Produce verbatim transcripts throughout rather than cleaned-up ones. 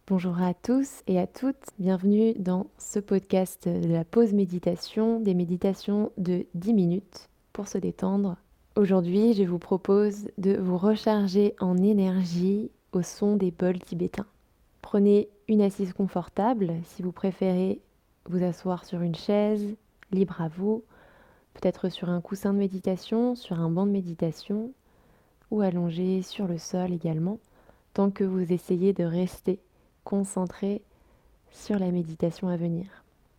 Bonjour à tous et à toutes, bienvenue dans ce podcast de la pause méditation, des méditations de dix minutes pour se détendre. Aujourd'hui, je vous propose de vous recharger en énergie au son des bols tibétains. Prenez une assise confortable, si vous préférez vous asseoir sur une chaise, libre à vous, peut-être sur un coussin de méditation, sur un banc de méditation ou allongé sur le sol également, tant que vous essayez de rester concentré sur la méditation à venir.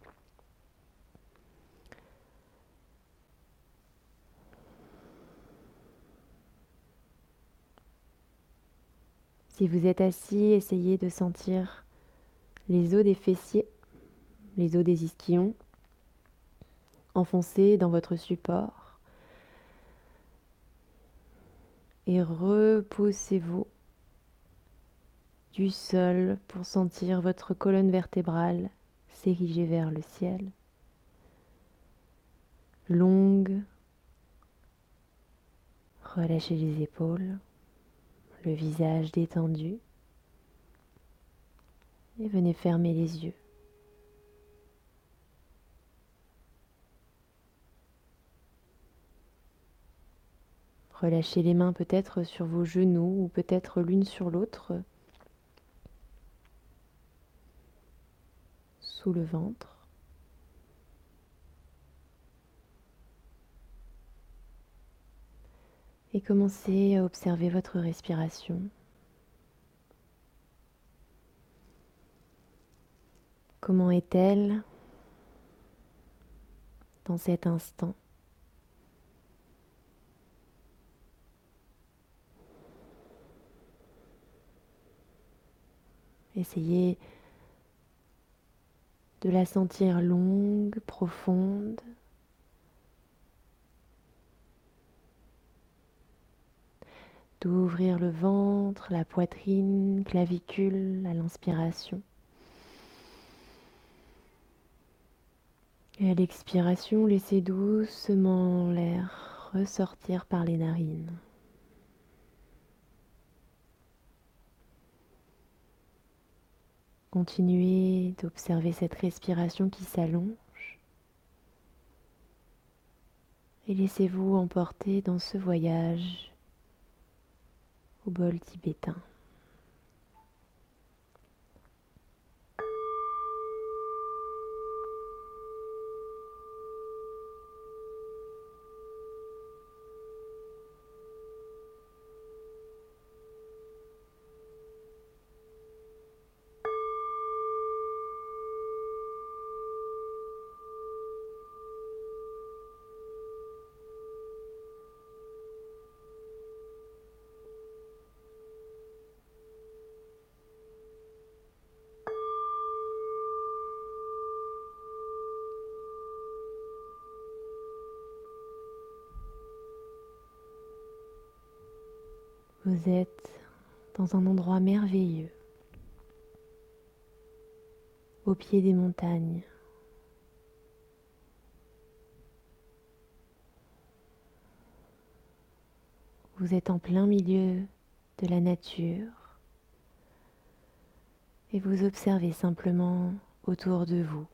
Si vous êtes assis, essayez de sentir les os des fessiers, les os des ischions enfoncés dans votre support et repoussez-vous du sol pour sentir votre colonne vertébrale s'ériger vers le ciel, longue. Relâchez les épaules, le visage détendu et venez fermer les yeux. Relâchez les mains peut-être sur vos genoux ou peut-être l'une sur l'autre, sous le ventre. Et commencez à observer votre respiration. Comment est-elle dans cet instant? Essayez de la sentir longue, profonde. D'ouvrir le ventre, la poitrine, clavicule à l'inspiration. Et à l'expiration, laissez doucement l'air ressortir par les narines. Continuez d'observer cette respiration qui s'allonge et laissez-vous emporter dans ce voyage au bol tibétain. Vous êtes dans un endroit merveilleux, au pied des montagnes. Vous êtes en plein milieu de la nature et vous observez simplement autour de vous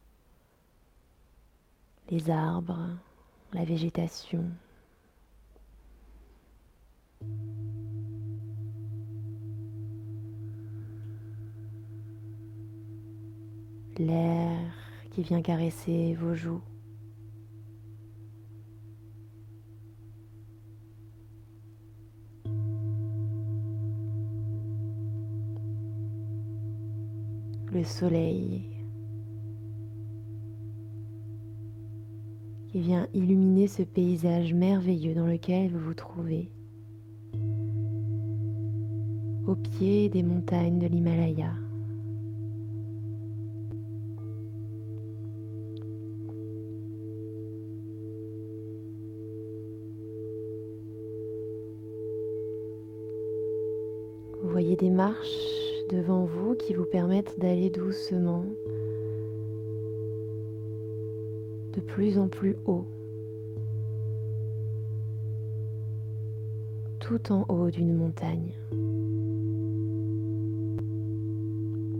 les arbres, la végétation. L'air qui vient caresser vos joues. Le soleil qui vient illuminer ce paysage merveilleux dans lequel vous vous trouvez, au pied des montagnes de l'Himalaya. Vous voyez des marches devant vous qui vous permettent d'aller doucement de plus en plus haut, tout en haut d'une montagne.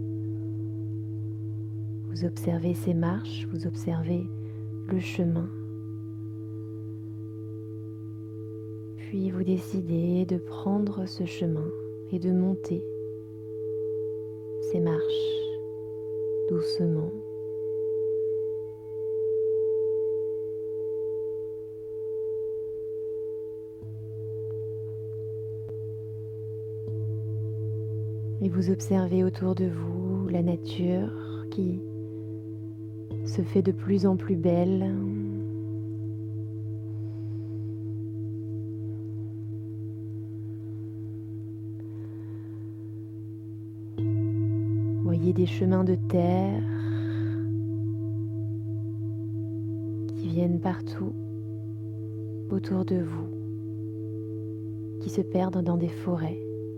Vous observez ces marches, vous observez le chemin. Puis vous décidez de prendre ce chemin et de monter ces marches doucement. Et vous observez autour de vous la nature qui se fait de plus en plus belle. Voyez des chemins de terre qui viennent partout autour de vous, qui se perdent dans des forêts.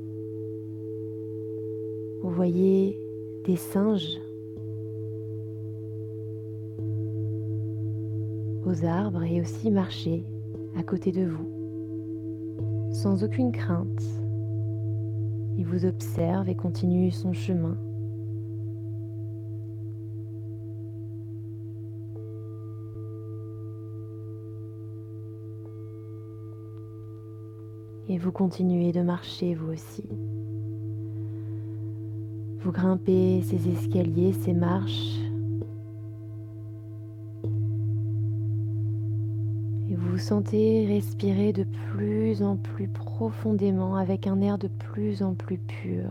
Vous voyez des singes aux arbres et aussi marcher à côté de vous, sans aucune crainte. Il vous observe et continue son chemin. Et vous continuez de marcher vous aussi. Vous grimpez ces escaliers, ces marches. Et vous vous sentez respirer de plus en plus profondément avec un air de plus en plus pur.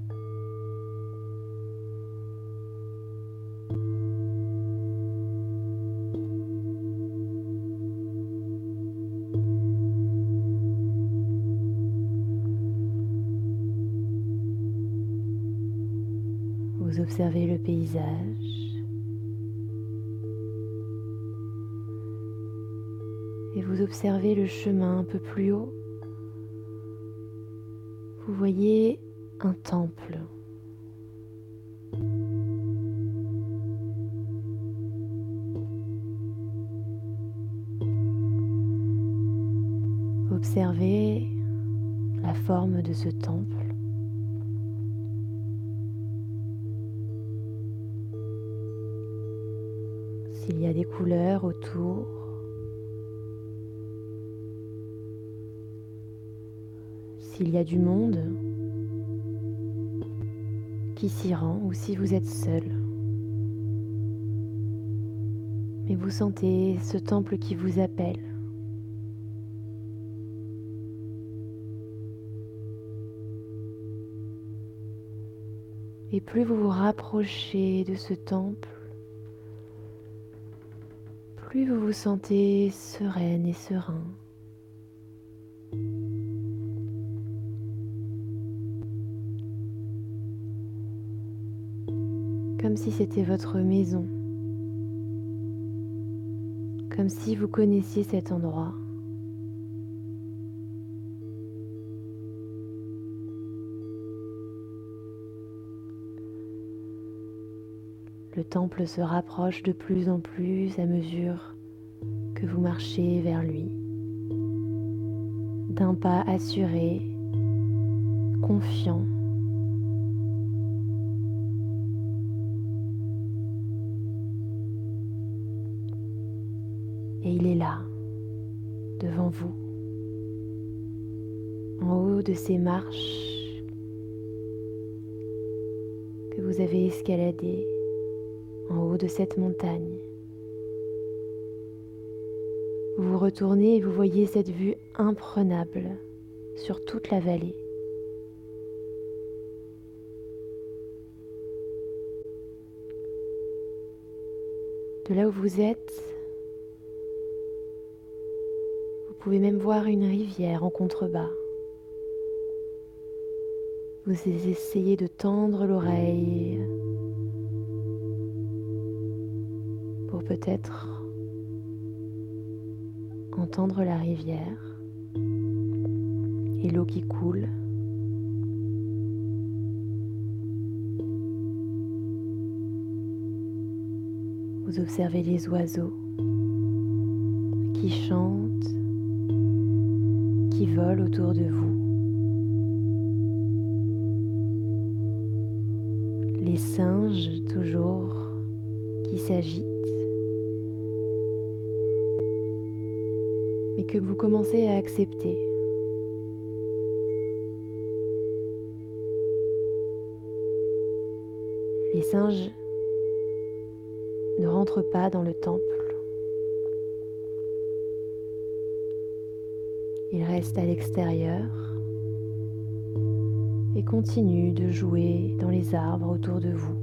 Vous observez le paysage et vous observez le chemin un peu plus haut. Vous voyez un temple. Observez la forme de ce temple. S'il y a des couleurs autour, s'il y a du monde qui s'y rend ou si vous êtes seul. Mais vous sentez ce temple qui vous appelle. Et plus vous vous rapprochez de ce temple, plus vous vous sentez sereine et serein. Comme si c'était votre maison, comme si vous connaissiez cet endroit. Le temple se rapproche de plus en plus à mesure que vous marchez vers lui, d'un pas assuré, confiant. Et il est là, devant vous, en haut de ces marches que vous avez escaladées, en haut de cette montagne. Vous vous retournez et vous voyez cette vue imprenable sur toute la vallée. De là où vous êtes, vous pouvez même voir une rivière en contrebas. Vous essayez de tendre l'oreille pour peut-être entendre la rivière et l'eau qui coule. Vous observez les oiseaux qui chantent, qui volent autour de vous. Les singes toujours qui s'agitent, mais que vous commencez à accepter. Les singes ne rentrent pas dans le temple. Ils restent à l'extérieur et continuent de jouer dans les arbres autour de vous.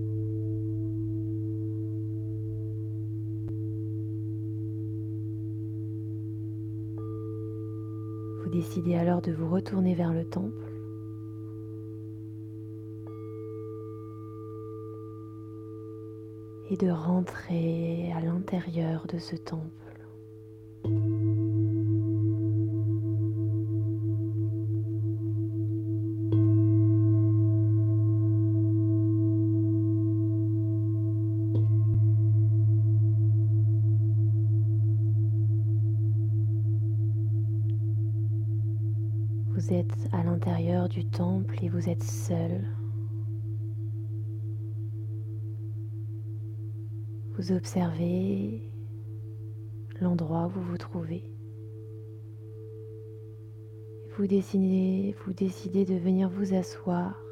Vous décidez alors de vous retourner vers le temple et de rentrer à l'intérieur de ce temple. Vous êtes à l'intérieur du temple et vous êtes seul. Vous observez l'endroit où vous vous trouvez. Vous décidez, vous décidez de venir vous asseoir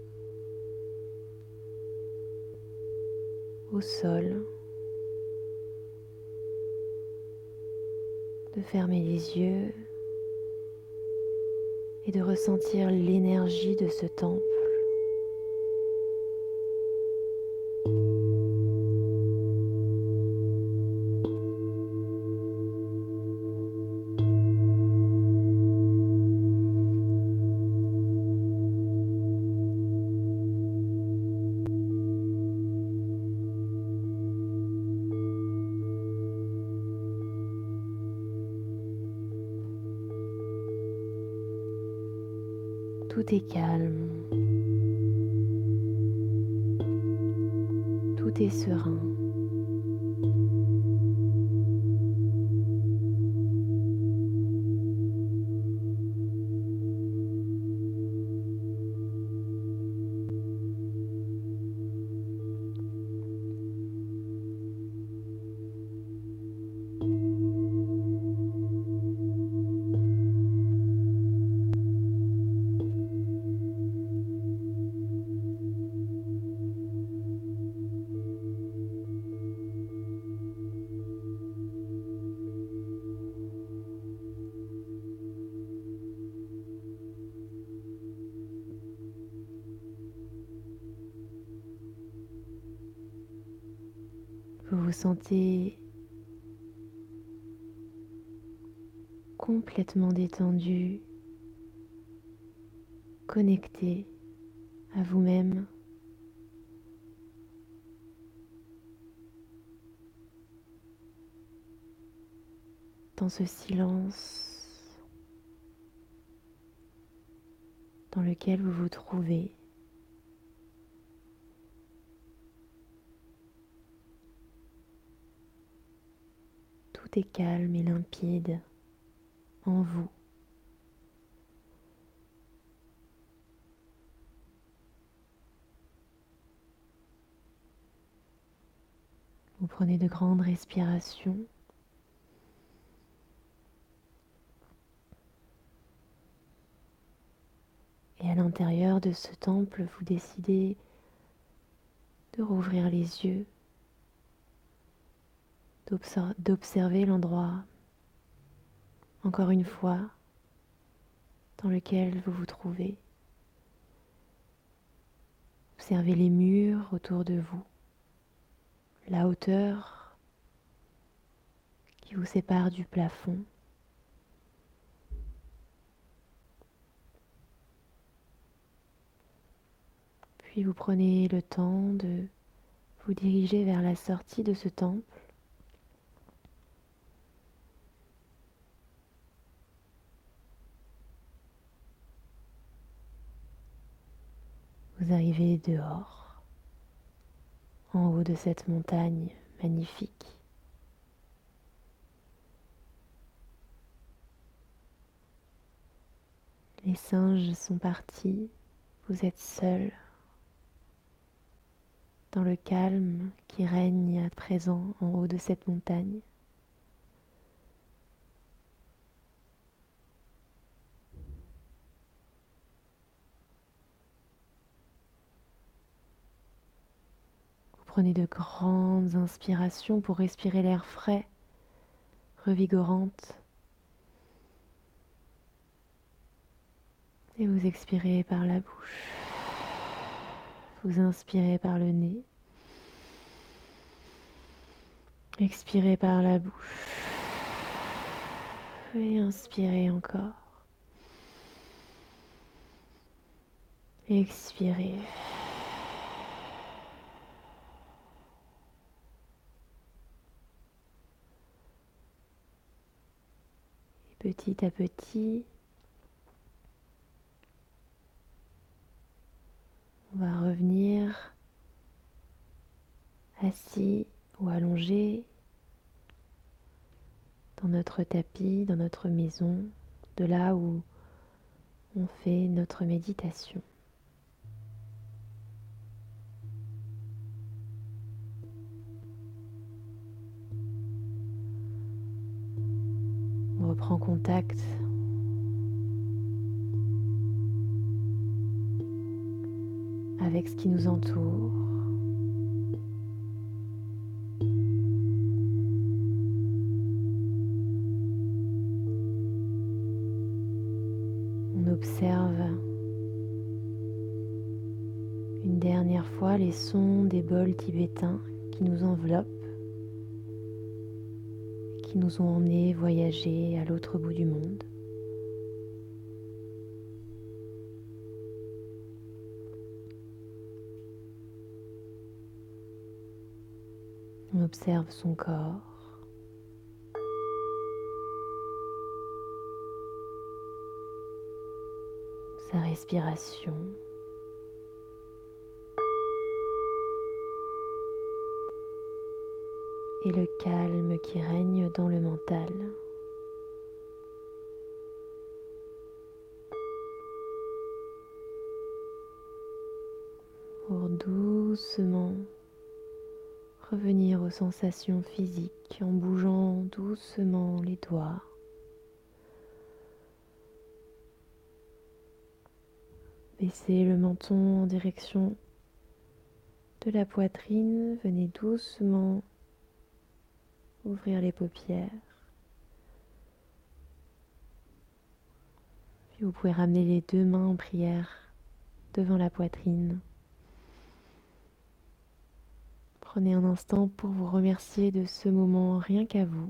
au sol, de fermer les yeux et de ressentir l'énergie de ce temple. Tout est calme, tout est serein. Vous vous sentez complètement détendu, connecté à vous-même. Dans ce silence dans lequel vous vous trouvez. Tout est calme et limpide en vous. Vous prenez de grandes respirations. Et à l'intérieur de ce temple, vous décidez de rouvrir les yeux, d'observer l'endroit, encore une fois, dans lequel vous vous trouvez. Observez les murs autour de vous, la hauteur qui vous sépare du plafond. Puis vous prenez le temps de vous diriger vers la sortie de ce temple. Vous arrivez dehors, en haut de cette montagne magnifique. Les singes sont partis, vous êtes seul. dans le calme qui règne à présent en haut de cette montagne. Vous prenez de grandes inspirations pour respirer l'air frais, revigorante. Et vous expirez par la bouche. Vous inspirez par le nez. Expirez par la bouche. Et inspirez encore. Expirez. Et petit à petit, on va revenir assis ou allongé dans notre tapis, dans notre maison, de là où on fait notre méditation. On reprend contact avec ce qui nous entoure. On observe une dernière fois les sons des bols tibétains qui nous enveloppent, qui nous ont emmenés voyager à l'autre bout du monde. On observe son corps, sa respiration, et le calme qui règne dans le mental. Pour doucement revenir aux sensations physiques en bougeant doucement les doigts. Baissez le menton en direction de la poitrine, venez doucement ouvrir les paupières. Puis vous pouvez ramener les deux mains en prière devant la poitrine. Prenez un instant pour vous remercier de ce moment rien qu'à vous.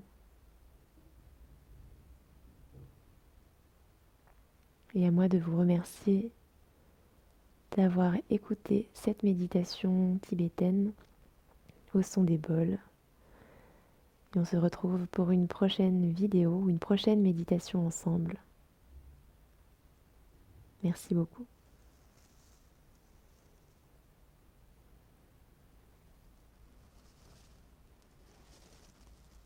Et à moi de vous remercier d'avoir écouté cette méditation tibétaine au son des bols. Et on se retrouve pour une prochaine vidéo ou une prochaine méditation ensemble. Merci beaucoup.